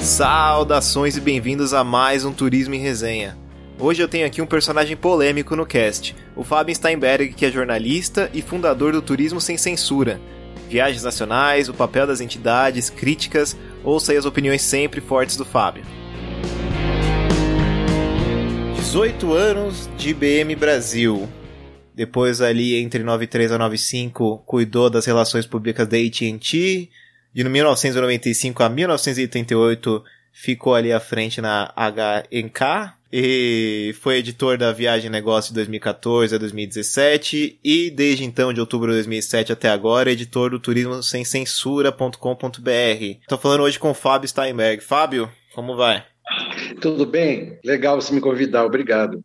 Saudações e bem-vindos a mais um Turismo em Resenha. Hoje eu tenho aqui um personagem polêmico no cast, o Fábio Steinberg, que é jornalista e fundador do Turismo Sem Censura. Viagens nacionais, o papel das entidades, críticas, ouça aí as opiniões sempre fortes do Fábio. 18 anos de IBM Brasil. Depois ali entre 93 a 95 cuidou das relações públicas da AT&T. De 1995 a 1988 ficou ali à frente na HNK e foi editor da Viagem e Negócio de 2014 a 2017 e desde então, de outubro de 2007 até agora, editor do turismosemcensura.com.br. Estou falando hoje com o Fábio Steinberg. Fábio, como vai? Tudo bem? Legal você me convidar, obrigado.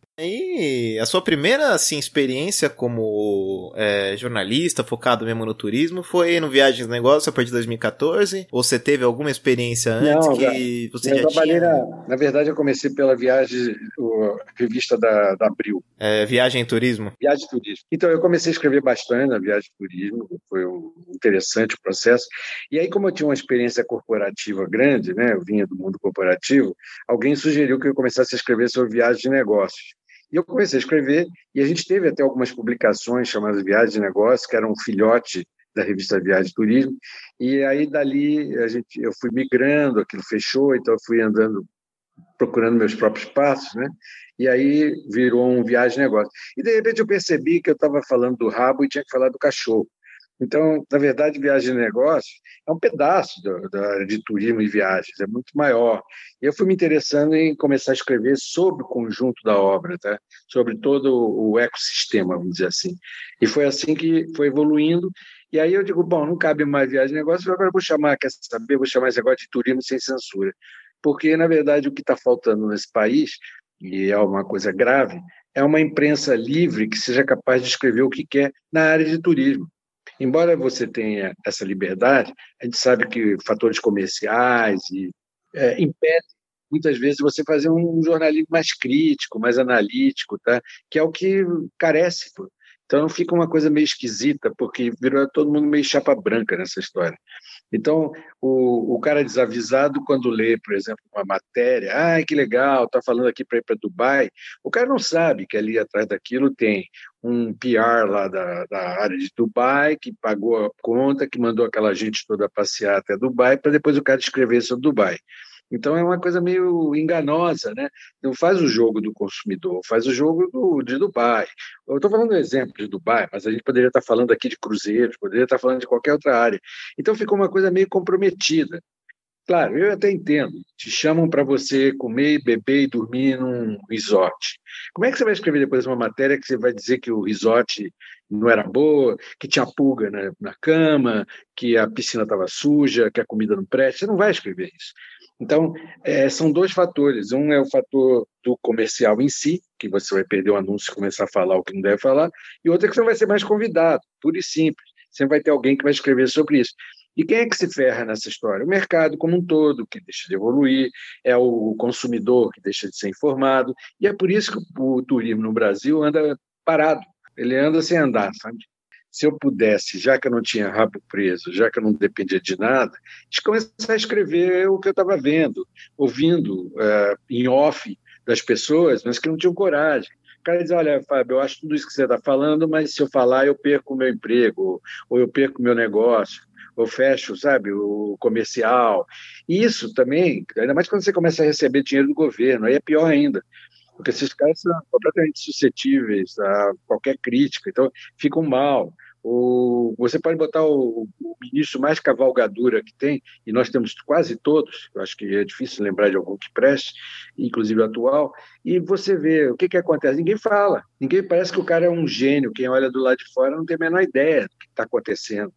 E a sua primeira assim, experiência como jornalista, focado mesmo no turismo, foi no Viagens e Negócios a partir de 2014? Ou você teve alguma experiência antes? Não, que você eu já trabalhei tinha? na verdade, eu comecei pela viagem, revista da Abril. Viagem e Turismo? Viagem e Turismo. Então, eu comecei a escrever bastante na Viagem e Turismo, foi um interessante processo. E aí, como eu tinha uma experiência corporativa grande, né, eu vinha do mundo corporativo, alguém sugeriu que eu começasse a escrever sobre viagens de negócios. E eu comecei a escrever, e a gente teve até algumas publicações chamadas Viagens de Negócios, que eram um filhote da revista Viagem e Turismo, e aí dali eu fui migrando, aquilo fechou, então eu fui andando, procurando meus próprios passos, né? E aí virou um Viagem e Negócio. E de repente eu percebi que eu estava falando do rabo e tinha que falar do cachorro. Então, na verdade, Viagem e Negócio é um pedaço da área de turismo e viagens, é muito maior. E eu fui me interessando em começar a escrever sobre o conjunto da obra, tá? Sobre todo o ecossistema, vamos dizer assim. E foi assim que foi evoluindo. E aí eu digo, bom, não cabe mais Viagem e Negócio, agora eu vou chamar, quer saber, vou chamar esse negócio de Turismo Sem Censura. Porque, na verdade, o que está faltando nesse país, e é uma coisa grave, é uma imprensa livre que seja capaz de escrever o que quer na área de turismo. Embora você tenha essa liberdade, a gente sabe que fatores comerciais impedem, muitas vezes, você fazer um jornalismo mais crítico, mais analítico, tá? Que é o que carece. Pô. Então, fica uma coisa meio esquisita, porque virou todo mundo meio chapa branca nessa história. Então, o cara desavisado, quando lê, por exemplo, uma matéria, que legal, está falando aqui para ir para Dubai, o cara não sabe que ali atrás daquilo tem um PR lá da área de Dubai, que pagou a conta, que mandou aquela gente toda passear até Dubai, para depois o cara escrever sobre Dubai. Então é uma coisa meio enganosa, né? Não faz o jogo do consumidor, faz o jogo de Dubai. Eu estou falando do exemplo de Dubai, mas a gente poderia estar falando aqui de cruzeiros, poderia estar falando de qualquer outra área. Então ficou uma coisa meio comprometida. Claro, eu até entendo. Te chamam para você comer, beber e dormir num resort. Como é que você vai escrever depois uma matéria que você vai dizer que o resort não era boa, que tinha pulga na cama, que a piscina estava suja, que a comida não presta? Você não vai escrever isso. Então, são dois fatores. Um é o fator do comercial em si, que você vai perder o anúncio e começar a falar o que não deve falar, e outro é que você não vai ser mais convidado, puro e simples. Você vai ter alguém que vai escrever sobre isso. E quem é que se ferra nessa história? O mercado como um todo, que deixa de evoluir, é o consumidor que deixa de ser informado, e é por isso que o turismo no Brasil anda parado, ele anda sem andar, sabe? Se eu pudesse, já que eu não tinha rabo preso, já que eu não dependia de nada, começar a escrever o que eu estava vendo, ouvindo em off das pessoas, mas que não tinham coragem. O cara diz, olha, Fábio, eu acho tudo isso que você está falando, mas se eu falar, eu perco o meu emprego, ou eu perco o meu negócio, ou fecho, sabe, o comercial. E isso também, ainda mais quando você começa a receber dinheiro do governo, aí é pior ainda, porque esses caras são completamente suscetíveis a qualquer crítica, então ficam mal. Você pode botar o ministro mais cavalgadura que tem, e nós temos quase todos, eu acho que é difícil lembrar de algum que preste, inclusive o atual, e você vê o que acontece. Ninguém fala, ninguém parece que o cara é um gênio, quem olha do lado de fora não tem a menor ideia do que está acontecendo.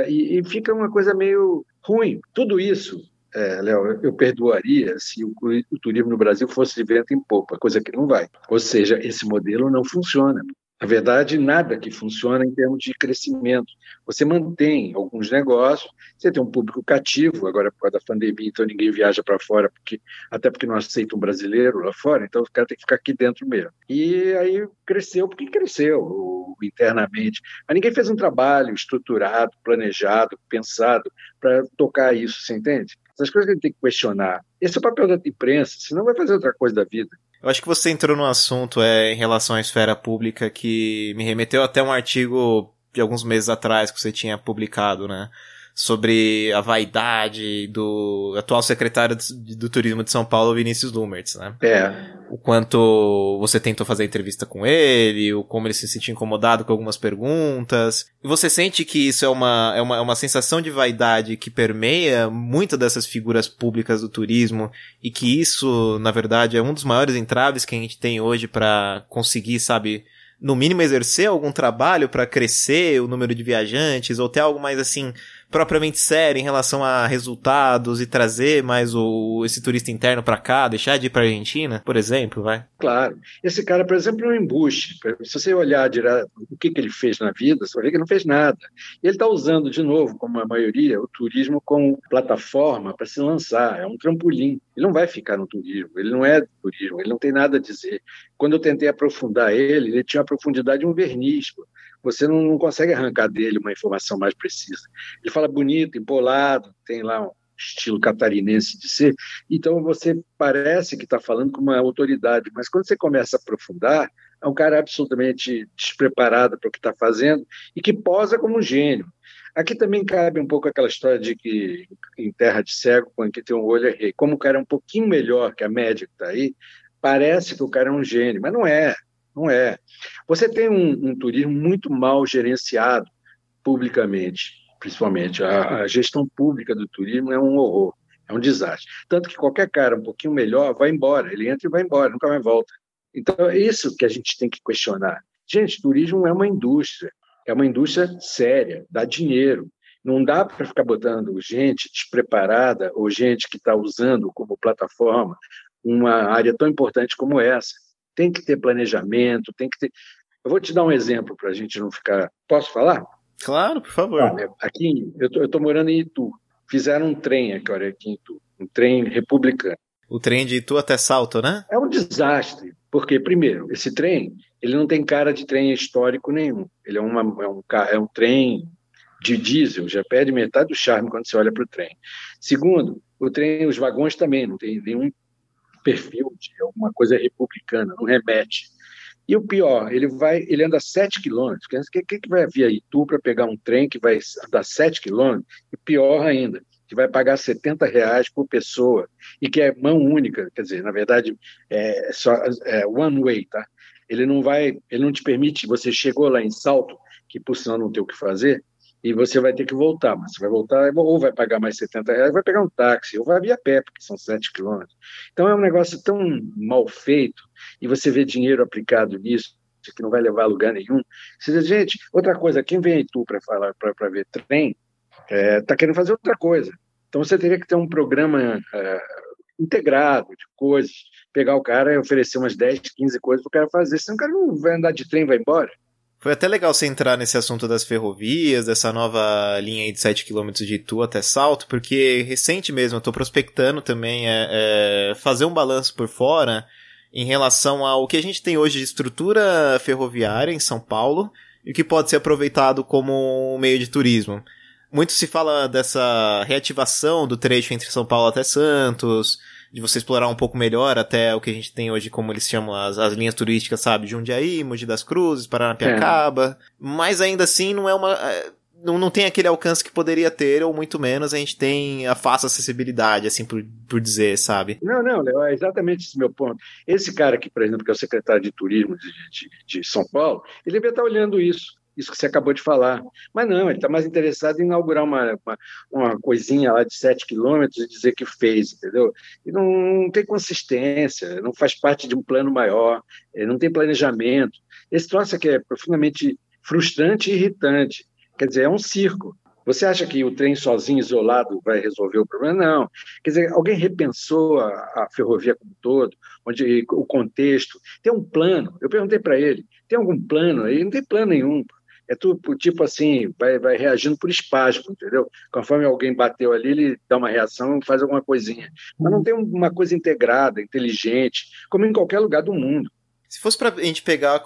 E fica uma coisa meio ruim. Tudo isso Léo, eu perdoaria se o turismo no Brasil fosse de vento em popa, coisa que não vai. Ou seja, esse modelo não funciona. Na verdade, nada que funciona em termos de crescimento. Você mantém alguns negócios, você tem um público cativo, agora por causa da pandemia, então ninguém viaja para fora, até porque não aceita um brasileiro lá fora, então o cara tem que ficar aqui dentro mesmo. E aí cresceu porque cresceu internamente. Mas ninguém fez um trabalho estruturado, planejado, pensado para tocar isso, você entende? Essas coisas que a gente tem que questionar. Esse é o papel da imprensa, senão vai fazer outra coisa da vida. Eu acho que você entrou num assunto em relação à esfera pública que me remeteu até um artigo de alguns meses atrás que você tinha publicado, né? Sobre a vaidade do atual secretário do Turismo de São Paulo, Vinícius Lummertz, né? O quanto você tentou fazer entrevista com ele, o como ele se sentia incomodado com algumas perguntas. E você sente que isso é uma sensação de vaidade que permeia muitas dessas figuras públicas do turismo e que isso, na verdade, é um dos maiores entraves que a gente tem hoje para conseguir, sabe, no mínimo exercer algum trabalho para crescer o número de viajantes ou ter algo mais assim propriamente sério em relação a resultados e trazer mais esse turista interno para cá, deixar de ir para Argentina, por exemplo, vai? Claro. Esse cara, por exemplo, é um embuste. Se você olhar direto o que ele fez na vida, você vai ver que ele não fez nada. E ele está usando, de novo, como a maioria, o turismo como plataforma para se lançar. É um trampolim. Ele não vai ficar no turismo. Ele não é do turismo. Ele não tem nada a dizer. Quando eu tentei aprofundar ele tinha a profundidade de um verniz. Você não consegue arrancar dele uma informação mais precisa. Ele fala bonito, empolado, tem lá um estilo catarinense de ser, então você parece que está falando com uma autoridade, mas quando você começa a aprofundar, é um cara absolutamente despreparado para o que está fazendo e que posa como um gênio. Aqui também cabe um pouco aquela história de que em terra de cego, quando que tem um olho é rei. Como o cara é um pouquinho melhor que a média que está aí, parece que o cara é um gênio, mas não é. Não é. Você tem um turismo muito mal gerenciado publicamente, principalmente. A gestão pública do turismo é um horror, é um desastre. Tanto que qualquer cara um pouquinho melhor vai embora, ele entra e vai embora, nunca mais volta. Então, é isso que a gente tem que questionar. Gente, turismo é uma indústria séria, dá dinheiro. Não dá para ficar botando gente despreparada ou gente que está usando como plataforma uma área tão importante como essa. Tem que ter planejamento, tem que ter... Eu vou te dar um exemplo para a gente não ficar... Posso falar? Claro, por favor. Aqui, eu estou morando em Itu. Fizeram um trem agora aqui em Itu, um trem republicano. O trem de Itu até Salto, né? É um desastre, porque, primeiro, esse trem ele não tem cara de trem histórico nenhum. Ele é um trem de diesel, já perde metade do charme quando você olha para o trem. Segundo, o trem, os vagões também não tem nenhum perfil de alguma coisa republicana, não remete. E o pior, ele anda 7 quilômetros. O que vai vir a Itu para pegar um trem que vai andar 7 quilômetros? E pior ainda, que vai pagar R$70 por pessoa e que é mão única, quer dizer, na verdade, é one way, tá? Ele não te permite, você chegou lá em Salto, que por sinal não tem o que fazer, e você vai ter que voltar, mas você vai voltar ou vai pagar mais R$70, vai pegar um táxi, ou vai vir a pé, porque são 7 quilômetros. Então é um negócio tão mal feito, e você vê dinheiro aplicado nisso, que não vai levar a lugar nenhum. Você diz, gente, outra coisa, quem vem em Itu para ver trem, está querendo fazer outra coisa. Então você teria que ter um programa integrado de coisas, pegar o cara e oferecer umas 10, 15 coisas para o cara fazer, senão o cara não vai andar de trem e vai embora. Foi até legal você entrar nesse assunto das ferrovias, dessa nova linha aí de 7 km de Itu até Salto, porque recente mesmo eu tô prospectando também fazer um balanço por fora em relação ao que a gente tem hoje de estrutura ferroviária em São Paulo e o que pode ser aproveitado como meio de turismo. Muito se fala dessa reativação do trecho entre São Paulo até Santos, de você explorar um pouco melhor até o que a gente tem hoje, como eles chamam as linhas turísticas, sabe? Jundiaí, Mogi das Cruzes, Paranapiacaba. Mas ainda assim não é não tem aquele alcance que poderia ter, ou muito menos a gente tem a fácil acessibilidade, assim por dizer, sabe? Não, Léo, é exatamente esse meu ponto. Esse cara aqui, por exemplo, que é o secretário de Turismo de São Paulo, ele devia estar olhando isso que você acabou de falar. Mas não, ele está mais interessado em inaugurar uma coisinha lá de 7 quilômetros e dizer que fez, entendeu? E não tem consistência, não faz parte de um plano maior, não tem planejamento. Esse troço aqui é profundamente frustrante e irritante. Quer dizer, é um circo. Você acha que o trem sozinho, isolado, vai resolver o problema? Não. Quer dizer, alguém repensou a ferrovia como um todo, onde o contexto. Tem um plano. Eu perguntei para ele, tem algum plano aí? Não tem plano nenhum. É tudo tipo assim, vai reagindo por espasmo, entendeu? Conforme alguém bateu ali, ele dá uma reação e faz alguma coisinha. Mas não tem uma coisa integrada, inteligente, como em qualquer lugar do mundo. Se fosse pra gente pegar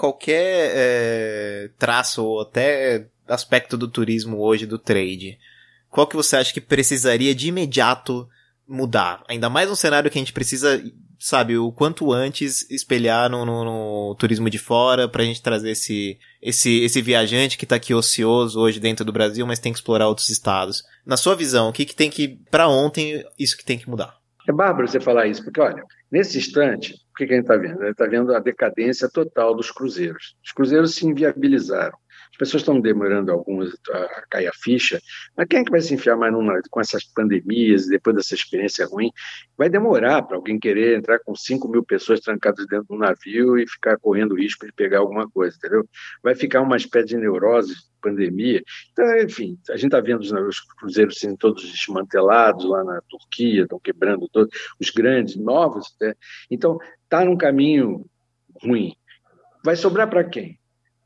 qualquer traço ou até aspecto do turismo hoje, do trade, qual que você acha que precisaria de imediato mudar? Ainda mais um cenário que a gente precisa, sabe, o quanto antes espelhar no turismo de fora pra gente trazer esse viajante que tá aqui ocioso hoje dentro do Brasil, mas tem que explorar outros estados. Na sua visão, o que tem que, pra ontem, isso que tem que mudar? É bárbaro você falar isso, porque, olha, nesse instante, o que a gente está vendo? A gente está vendo a decadência total dos cruzeiros. Os cruzeiros se inviabilizaram. As pessoas estão demorando algumas a cair a ficha, mas quem é que vai se enfiar mais com essas pandemias, depois dessa experiência ruim? Vai demorar para alguém querer entrar com 5.000 pessoas trancadas dentro do navio e ficar correndo risco de pegar alguma coisa, entendeu? Vai ficar uma espécie de neurose, pandemia. Então, enfim, a gente está vendo os cruzeiros sendo todos desmantelados lá na Turquia, estão quebrando todos, os grandes, novos, né? Então, está num caminho ruim. Vai sobrar para quem?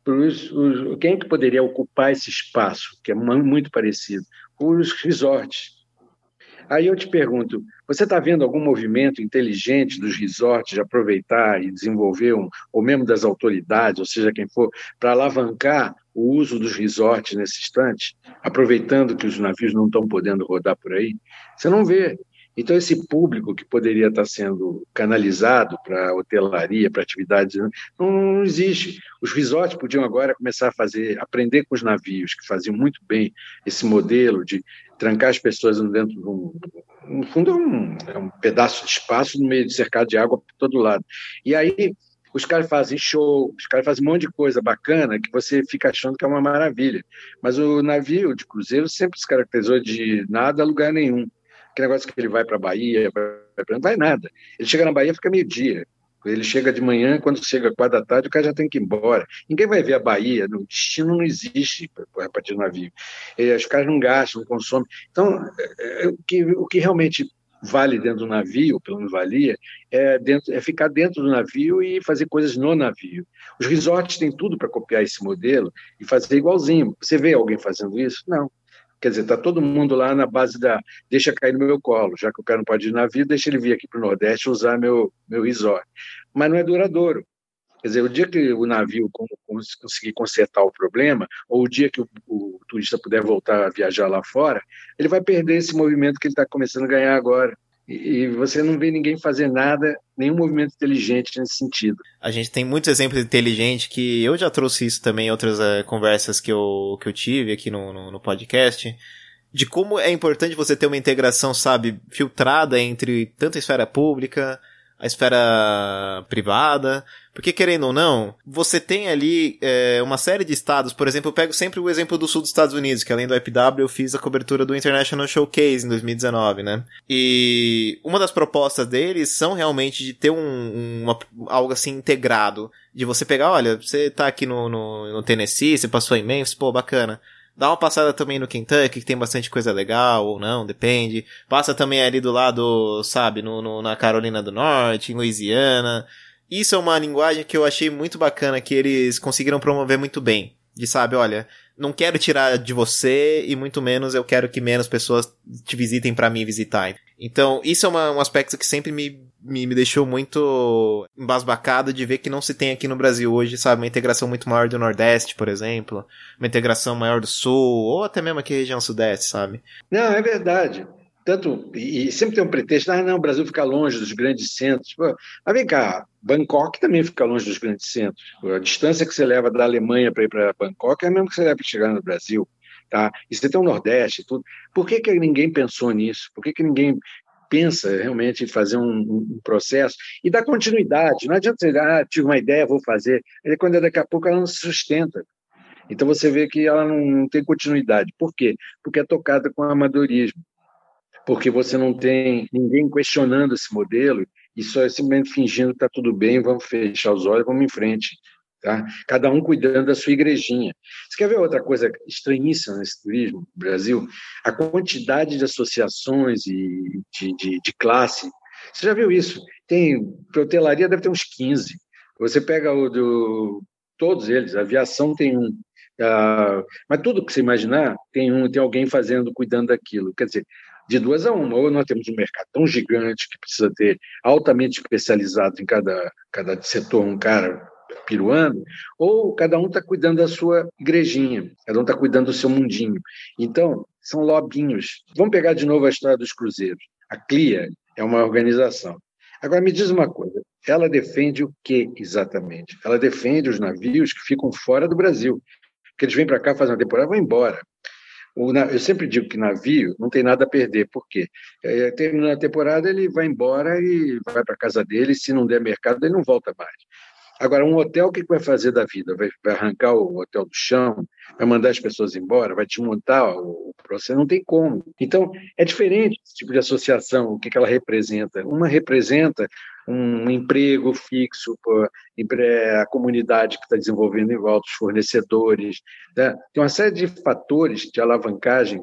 Quem é que poderia ocupar esse espaço, que é muito parecido? Os resorts. Aí eu te pergunto, você está vendo algum movimento inteligente dos resorts de aproveitar e desenvolver, ou mesmo das autoridades, ou seja, quem for, para alavancar o uso dos resorts nesse instante, aproveitando que os navios não estão podendo rodar por aí? Você não vê. Então, esse público que poderia estar sendo canalizado para hotelaria, para atividades, não existe. Os resorts podiam agora começar a aprender com os navios, que faziam muito bem esse modelo de trancar as pessoas dentro de no fundo, é um pedaço de espaço no meio de cercado de água por todo lado. E aí, os caras fazem show, os caras fazem um monte de coisa bacana que você fica achando que é uma maravilha. Mas o navio de cruzeiro sempre se caracterizou de nada a lugar nenhum. Que negócio que ele vai para a Bahia, não vai nada. Ele chega na Bahia, fica meio-dia. Ele chega de manhã, quando chega 4 da tarde, o cara já tem que ir embora. Ninguém vai ver a Bahia, o destino não existe para partir do navio. Os caras não gastam, não consomem. Então, o que realmente vale dentro do navio, pelo menos valia, é ficar dentro do navio e fazer coisas no navio. Os resorts têm tudo para copiar esse modelo e fazer igualzinho. Você vê alguém fazendo isso? Não. Quer dizer, está todo mundo lá na base deixa cair no meu colo, já que o cara não pode ir no navio, deixa ele vir aqui para o Nordeste usar meu resort. Mas não é duradouro. Quer dizer, o dia que o navio conseguir consertar o problema, ou o dia que o turista puder voltar a viajar lá fora, ele vai perder esse movimento que ele está começando a ganhar agora. E você não vê ninguém fazer nada, nenhum movimento inteligente nesse sentido. A gente tem muitos exemplos inteligentes que eu já trouxe isso também em outras conversas que eu tive aqui no podcast, de como é importante você ter uma integração, sabe, filtrada entre tanto a esfera pública, a esfera privada, porque querendo ou não, você tem ali uma série de estados, por exemplo, eu pego sempre o exemplo do sul dos Estados Unidos, que além do IPW eu fiz a cobertura do International Showcase em 2019, né? E uma das propostas deles são realmente de ter algo assim integrado, de você pegar, olha, você tá aqui no Tennessee, você passou em Memphis, pô, bacana. Dá uma passada também no Kentucky, que tem bastante coisa legal, ou não, depende. Passa também ali do lado, sabe, na Carolina do Norte, em Louisiana. Isso é uma linguagem que eu achei muito bacana, que eles conseguiram promover muito bem. De, sabe, olha, não quero tirar de você, e muito menos eu quero que menos pessoas te visitem pra mim visitar. Então, isso é um aspecto que sempre me deixou muito embasbacado de ver que não se tem aqui no Brasil hoje, sabe, uma integração muito maior do Nordeste, por exemplo, uma integração maior do Sul, ou até mesmo aqui região Sudeste, sabe? Não, é verdade. Tanto, e sempre tem um pretexto, não, o Brasil fica longe dos grandes centros. Pô, mas vem cá, Bangkok também fica longe dos grandes centros. A distância que você leva da Alemanha para ir para Bangkok é a mesma que você leva para chegar no Brasil. Tá? E você tem o Nordeste e tudo. Por que ninguém pensou nisso? Por que ninguém pensa realmente em fazer um processo e dar continuidade? Não adianta você dizer, tive uma ideia, vou fazer. E quando daqui a pouco ela não se sustenta. Então você vê que ela não tem continuidade. Por quê? Porque é tocada com amadorismo. Porque você não tem ninguém questionando esse modelo e só simplesmente fingindo que está tudo bem, vamos fechar os olhos, vamos em frente. Tá? Cada um cuidando da sua igrejinha. Você quer ver outra coisa estranhíssima nesse turismo no Brasil? A quantidade de associações e de classe. Você já viu isso? Para hotelaria deve ter uns 15. Você pega todos eles, a aviação tem um. Mas tudo que você imaginar, tem alguém cuidando daquilo. Quer dizer, de 2 a 1, ou nós temos um mercado tão gigante que precisa ter altamente especializado em cada setor um cara piruando, ou cada um está cuidando da sua igrejinha, cada um está cuidando do seu mundinho. Então, são lobinhos. Vamos pegar de novo a história dos cruzeiros. A CLIA é uma organização. Agora, me diz uma coisa, ela defende o que exatamente? Ela defende os navios que ficam fora do Brasil, que eles vêm para cá, fazem uma temporada e vão embora. Eu sempre digo que navio não tem nada a perder, por quê? Terminando a temporada, ele vai embora e vai para a casa dele, se não der mercado, ele não volta mais. Agora, um hotel, o que vai fazer da vida? Vai arrancar o hotel do chão? Vai mandar as pessoas embora? Vai desmontar o processo? Não tem como. Então, é diferente esse tipo de associação, o que ela representa. Uma representa um emprego fixo, a comunidade que está desenvolvendo em volta, os fornecedores. Né? Tem uma série de fatores de alavancagem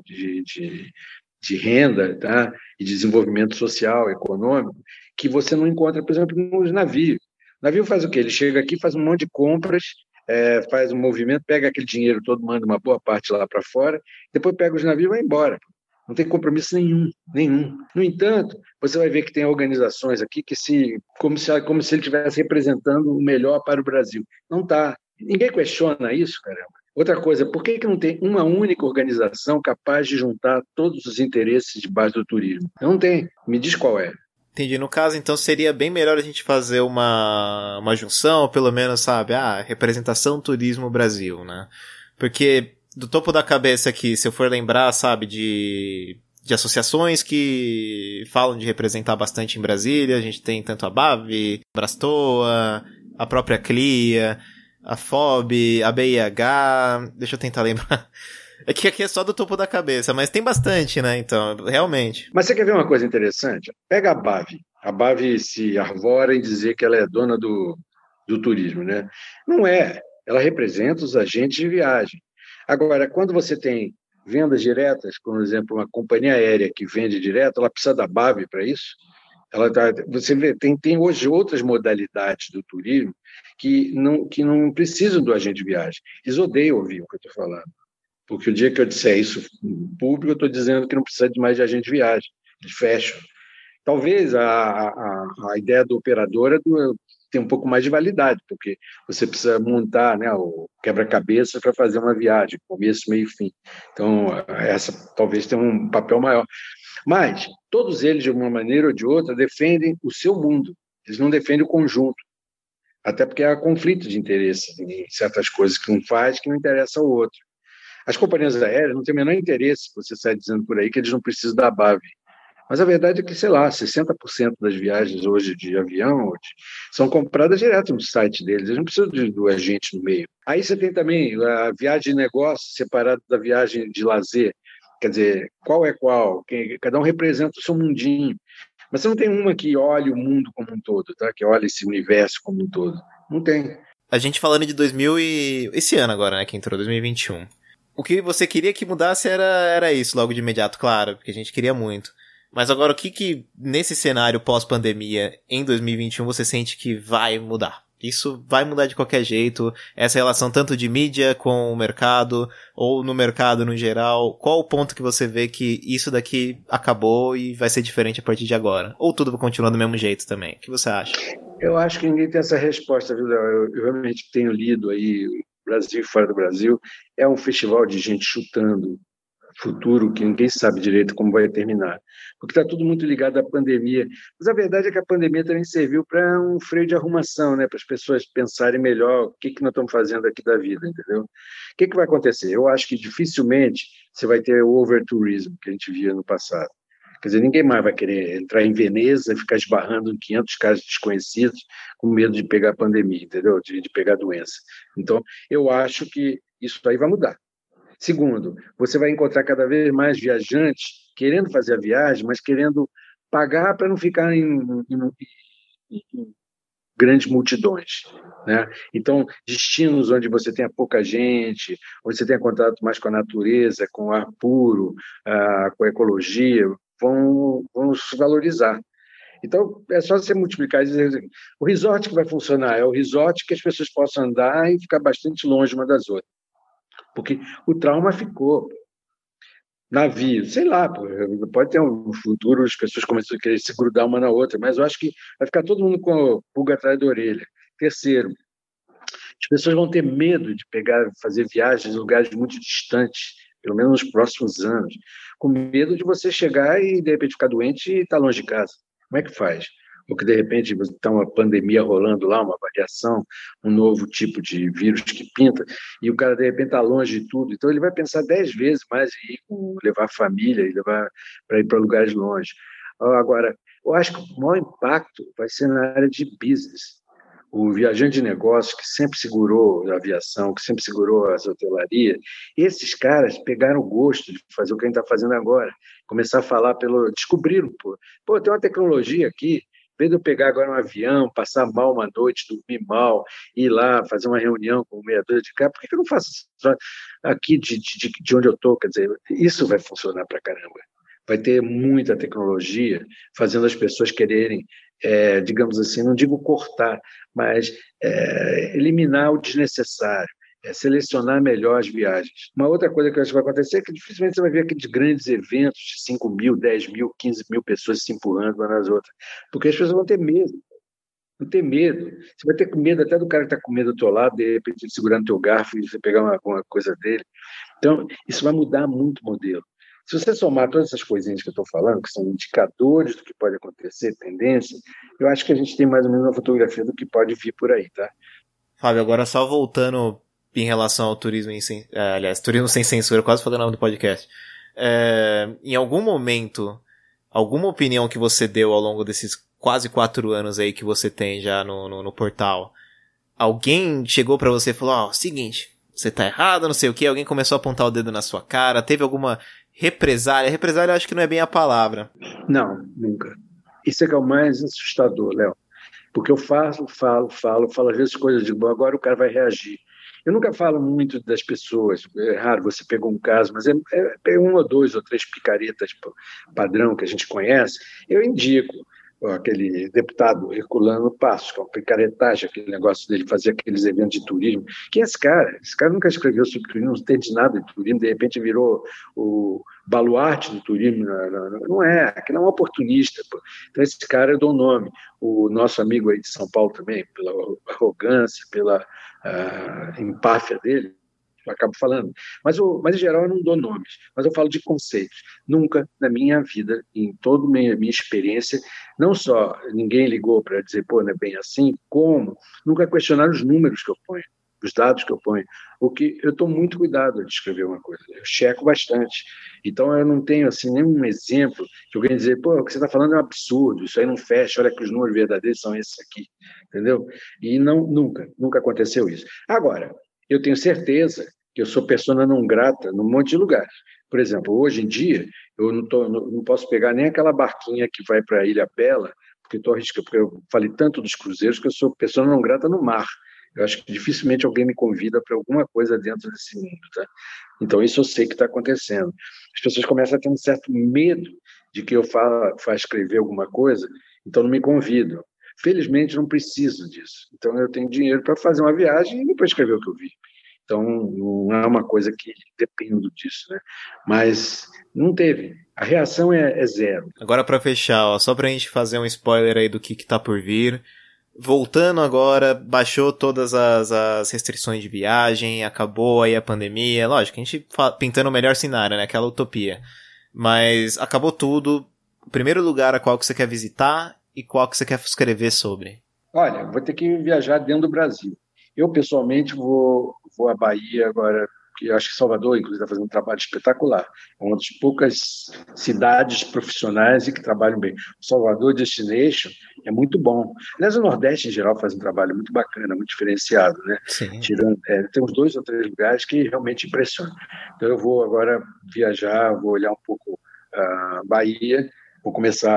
de renda, tá? E desenvolvimento social, econômico, que você não encontra, por exemplo, nos navios. O navio faz o quê? Ele chega aqui, faz um monte de compras, faz um movimento, pega aquele dinheiro todo, manda uma boa parte lá para fora, depois pega os navios e vai embora. Não tem compromisso nenhum. No entanto, você vai ver que tem organizações aqui que como se ele estivesse representando o melhor para o Brasil. Não está. Ninguém questiona isso, caramba. Outra coisa, por que não tem uma única organização capaz de juntar todos os interesses de base do turismo? Não tem. Me diz qual é. Entendi. No caso, então, seria bem melhor a gente fazer uma junção, ou pelo menos, sabe, representação turismo Brasil, né? Porque, do topo da cabeça aqui, se eu for lembrar, sabe, de associações que falam de representar bastante em Brasília, a gente tem tanto a BAV, a Brastoa, a própria CLIA, a FOB, a BIH, deixa eu tentar lembrar. É que aqui é só do topo da cabeça, mas tem bastante, né, então, realmente. Mas você quer ver uma coisa interessante? Pega a BAV. A BAV se arvora em dizer que ela é dona do turismo, né? Não é. Ela representa os agentes de viagem. Agora, quando você tem vendas diretas, por exemplo, uma companhia aérea que vende direto, ela precisa da BAV para isso? Você vê, tem hoje outras modalidades do turismo que não precisam do agente de viagem. Eles odeiam ouvir o que eu estou falando. Porque o dia que eu disser isso em público, eu estou dizendo que não precisa de mais de agente de viagem. Eles fecham. Talvez a ideia do operador tenha um pouco mais de validade, porque você precisa montar, né, o quebra-cabeça para fazer uma viagem, começo, meio e fim. Então, essa talvez tenha um papel maior. Mas todos eles, de uma maneira ou de outra, defendem o seu mundo. Eles não defendem o conjunto. Até porque há conflito de interesse em certas coisas que um faz que não interessa ao outro. As companhias aéreas não têm o menor interesse, você sai dizendo por aí, que eles não precisam da BAV. Mas a verdade é que, sei lá, 60% das viagens hoje de avião são compradas direto no site deles, eles não precisam do agente no meio. Aí você tem também a viagem de negócio separada da viagem de lazer, quer dizer, qual é qual? Cada um representa o seu mundinho. Mas você não tem uma que olhe o mundo como um todo, tá? Que olhe esse universo como um todo. Não tem. A gente falando de 2000 e... esse ano agora, né, que entrou, 2021. O que você queria que mudasse era isso, logo de imediato, claro, porque a gente queria muito. Mas agora, o que nesse cenário pós-pandemia, em 2021, você sente que vai mudar? Isso vai mudar de qualquer jeito, essa relação tanto de mídia com o mercado, ou no mercado no geral. Qual o ponto que você vê que isso daqui acabou e vai ser diferente a partir de agora? Ou tudo vai continuar do mesmo jeito também? O que você acha? Eu acho que ninguém tem essa resposta, viu? Eu realmente tenho lido aí Brasil e fora do Brasil, é um festival de gente chutando futuro que ninguém sabe direito como vai terminar, porque está tudo muito ligado à pandemia. Mas a verdade é que a pandemia também serviu para um freio de arrumação, né? Para as pessoas pensarem melhor o que nós estamos fazendo aqui da vida, entendeu? O que vai acontecer? Eu acho que dificilmente você vai ter o overtourism que a gente via no passado. Quer dizer, ninguém mais vai querer entrar em Veneza e ficar esbarrando em 500 casos desconhecidos com medo de pegar a pandemia, entendeu? De pegar a doença. Então, eu acho que isso aí vai mudar. Segundo, você vai encontrar cada vez mais viajantes querendo fazer a viagem, mas querendo pagar para não ficar em grandes multidões, né? Então, destinos onde você tenha pouca gente, onde você tenha contato mais com a natureza, com o ar puro, com a ecologia, vão se valorizar. Então, é só você multiplicar e dizer assim, o resort que vai funcionar é o resort que as pessoas possam andar e ficar bastante longe uma das outras. Porque o trauma ficou. Navio, sei lá, pode ter um futuro, as pessoas começam a querer se grudar uma na outra, mas eu acho que vai ficar todo mundo com a pulga atrás da orelha. Terceiro, as pessoas vão ter medo de fazer viagens em lugares muito distantes, pelo menos nos próximos anos, com medo de você chegar e, de repente, ficar doente e estar longe de casa. Como é que faz? Ou que, de repente, está uma pandemia rolando lá, uma variação, um novo tipo de vírus que pinta, e o cara, de repente, está longe de tudo. Então, ele vai pensar 10 vezes mais em levar a família e levar para ir para lugares longe. Agora, eu acho que o maior impacto vai ser na área de business. O viajante de negócios que sempre segurou a aviação, que sempre segurou as hotelarias, esses caras pegaram o gosto de fazer o que a gente está fazendo agora, começar a falar descobriram, tem uma tecnologia aqui, em vez de eu pegar agora um avião, passar mal uma noite, dormir mal, ir lá fazer uma reunião com o meia-dúzia de cá, por que eu não faço isso aqui de onde eu estou? Quer dizer, isso vai funcionar para caramba. Vai ter muita tecnologia fazendo as pessoas quererem, digamos assim, não digo cortar, mas eliminar o desnecessário, selecionar melhor as viagens. Uma outra coisa que eu acho que vai acontecer é que dificilmente você vai ver aqueles grandes eventos de 5 mil, 10 mil, 15 mil pessoas se empurrando umas nas outras, porque as pessoas vão ter medo. Não ter medo. Você vai ter medo até do cara que está com medo do teu lado, de repente segurando teu garfo e você pegar alguma coisa dele. Então, isso vai mudar muito o modelo. Se você somar todas essas coisinhas que eu estou falando, que são indicadores do que pode acontecer, tendência, eu acho que a gente tem mais ou menos uma fotografia do que pode vir por aí, tá? Fábio, agora só voltando em relação ao turismo turismo sem censura, quase falei o nome do podcast. Em algum momento, alguma opinião que você deu ao longo desses quase 4 anos aí que você tem já no portal, alguém chegou pra você e falou, seguinte, você tá errado, não sei o que, alguém começou a apontar o dedo na sua cara, teve alguma represália? Represália eu acho que não é bem a palavra. Não, nunca. Isso é que é o mais assustador, Léo. Porque eu falo às vezes coisas de boa, agora o cara vai reagir. Eu nunca falo muito das pessoas, é raro, você pegou um caso, mas é um ou dois ou três picaretas padrão que a gente conhece, eu indico aquele deputado Herculano Passos, que é uma picaretagem, aquele negócio dele fazer aqueles eventos de turismo. Quem é esse cara? Esse cara nunca escreveu sobre turismo, não entende nada de turismo, de repente virou o baluarte do turismo. Não é, aquele é um oportunista. Pô. Então esse cara eu dou o nome. O nosso amigo aí de São Paulo também, pela arrogância, pela empáfia dele, eu acabo falando. Mas em geral eu não dou nomes, mas eu falo de conceitos. Nunca na minha vida, em toda a minha experiência, não só ninguém ligou para dizer, não é bem assim, como nunca questionaram os números que eu ponho, os dados que eu ponho. Porque eu estou muito cuidado de escrever uma coisa, eu checo bastante. Então eu não tenho assim, nenhum exemplo que alguém dizer, o que você está falando é um absurdo, isso aí não fecha, olha que os números verdadeiros são esses aqui, entendeu? E nunca aconteceu isso. Agora, eu tenho certeza que eu sou persona não grata num monte de lugares. Por exemplo, hoje em dia, eu não posso pegar nem aquela barquinha que vai para a Ilha Bela, porque estou arriscando, porque eu falei tanto dos cruzeiros que eu sou persona não grata no mar. Eu acho que dificilmente alguém me convida para alguma coisa dentro desse mundo, tá? Então, isso eu sei que está acontecendo. As pessoas começam a ter um certo medo de que eu vá escrever alguma coisa, então não me convidam. Felizmente, não preciso disso. Então, eu tenho dinheiro para fazer uma viagem e depois escrever o que eu vi. Então, não é uma coisa que depende disso, né? Mas não teve. A reação é zero. Agora, para fechar, só pra gente fazer um spoiler aí do que tá por vir. Voltando agora, baixou todas as restrições de viagem, acabou aí a pandemia. Lógico, a gente pintando o melhor cenário, né? Aquela utopia. Mas acabou tudo. O primeiro lugar a qual que você quer visitar e qual que você quer escrever sobre? Olha, vou ter que viajar dentro do Brasil. Eu, pessoalmente, vou à Bahia agora, que eu acho que Salvador, inclusive, está fazendo um trabalho espetacular. É uma das poucas cidades profissionais e que trabalham bem. O Salvador Destination é muito bom. Aliás, o Nordeste, em geral, faz um trabalho muito bacana, muito diferenciado, né? Sim. Tem uns 2 ou 3 lugares que realmente impressionam. Então, eu vou agora viajar, vou olhar um pouco a Bahia, vou começar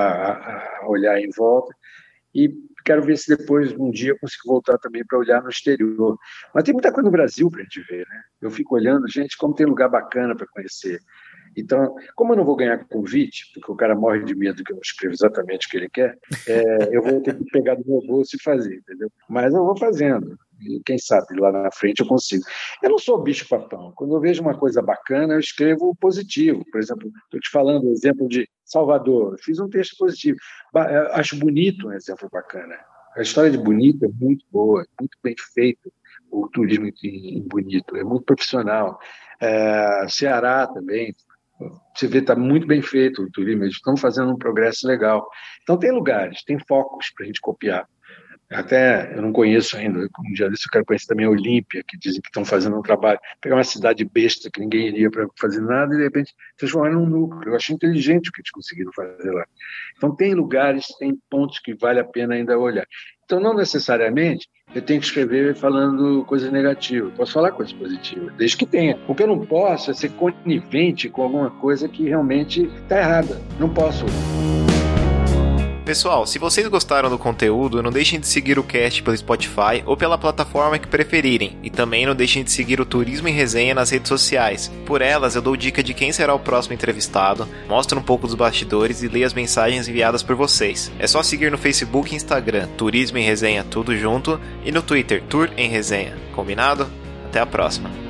a olhar em volta e quero ver se depois, um dia, eu consigo voltar também para olhar no exterior. Mas tem muita coisa no Brasil para a gente ver, né? Eu fico olhando, gente, como tem lugar bacana para conhecer. Então, como eu não vou ganhar convite, porque o cara morre de medo que eu não escreva exatamente o que ele quer, eu vou ter que pegar do meu bolso e fazer, entendeu? Mas eu vou fazendo. E quem sabe lá na frente eu consigo. Eu não sou bicho-papão. Quando eu vejo uma coisa bacana, eu escrevo positivo. Por exemplo, estou te falando o exemplo de Salvador. Eu fiz um texto positivo. Acho bonito um exemplo bacana. A história de Bonito é muito boa, muito bem feita. O turismo em Bonito é muito profissional. Ceará também. Você vê, está muito bem feito o turismo, eles estão fazendo um progresso legal. Então, tem lugares, tem focos para a gente copiar. Até eu não conheço ainda, um dia desse eu quero conhecer também a Olímpia, que dizem que estão fazendo um trabalho, pegar uma cidade besta que ninguém iria para fazer nada e de repente transformar num núcleo. Eu achei inteligente o que eles conseguiram fazer lá. Então tem lugares, tem pontos que vale a pena ainda olhar. Então não necessariamente eu tenho que escrever falando coisas negativas, posso falar coisas positivas, desde que tenha. O que eu não posso é ser conivente com alguma coisa que realmente está errada, não posso. Pessoal, se vocês gostaram do conteúdo, não deixem de seguir o cast pelo Spotify ou pela plataforma que preferirem. E também não deixem de seguir o Turismo em Resenha nas redes sociais. Por elas, eu dou dica de quem será o próximo entrevistado, mostro um pouco dos bastidores e leio as mensagens enviadas por vocês. É só seguir no Facebook e Instagram, Turismo em Resenha tudo junto, e no Twitter, Tour em Resenha. Combinado? Até a próxima!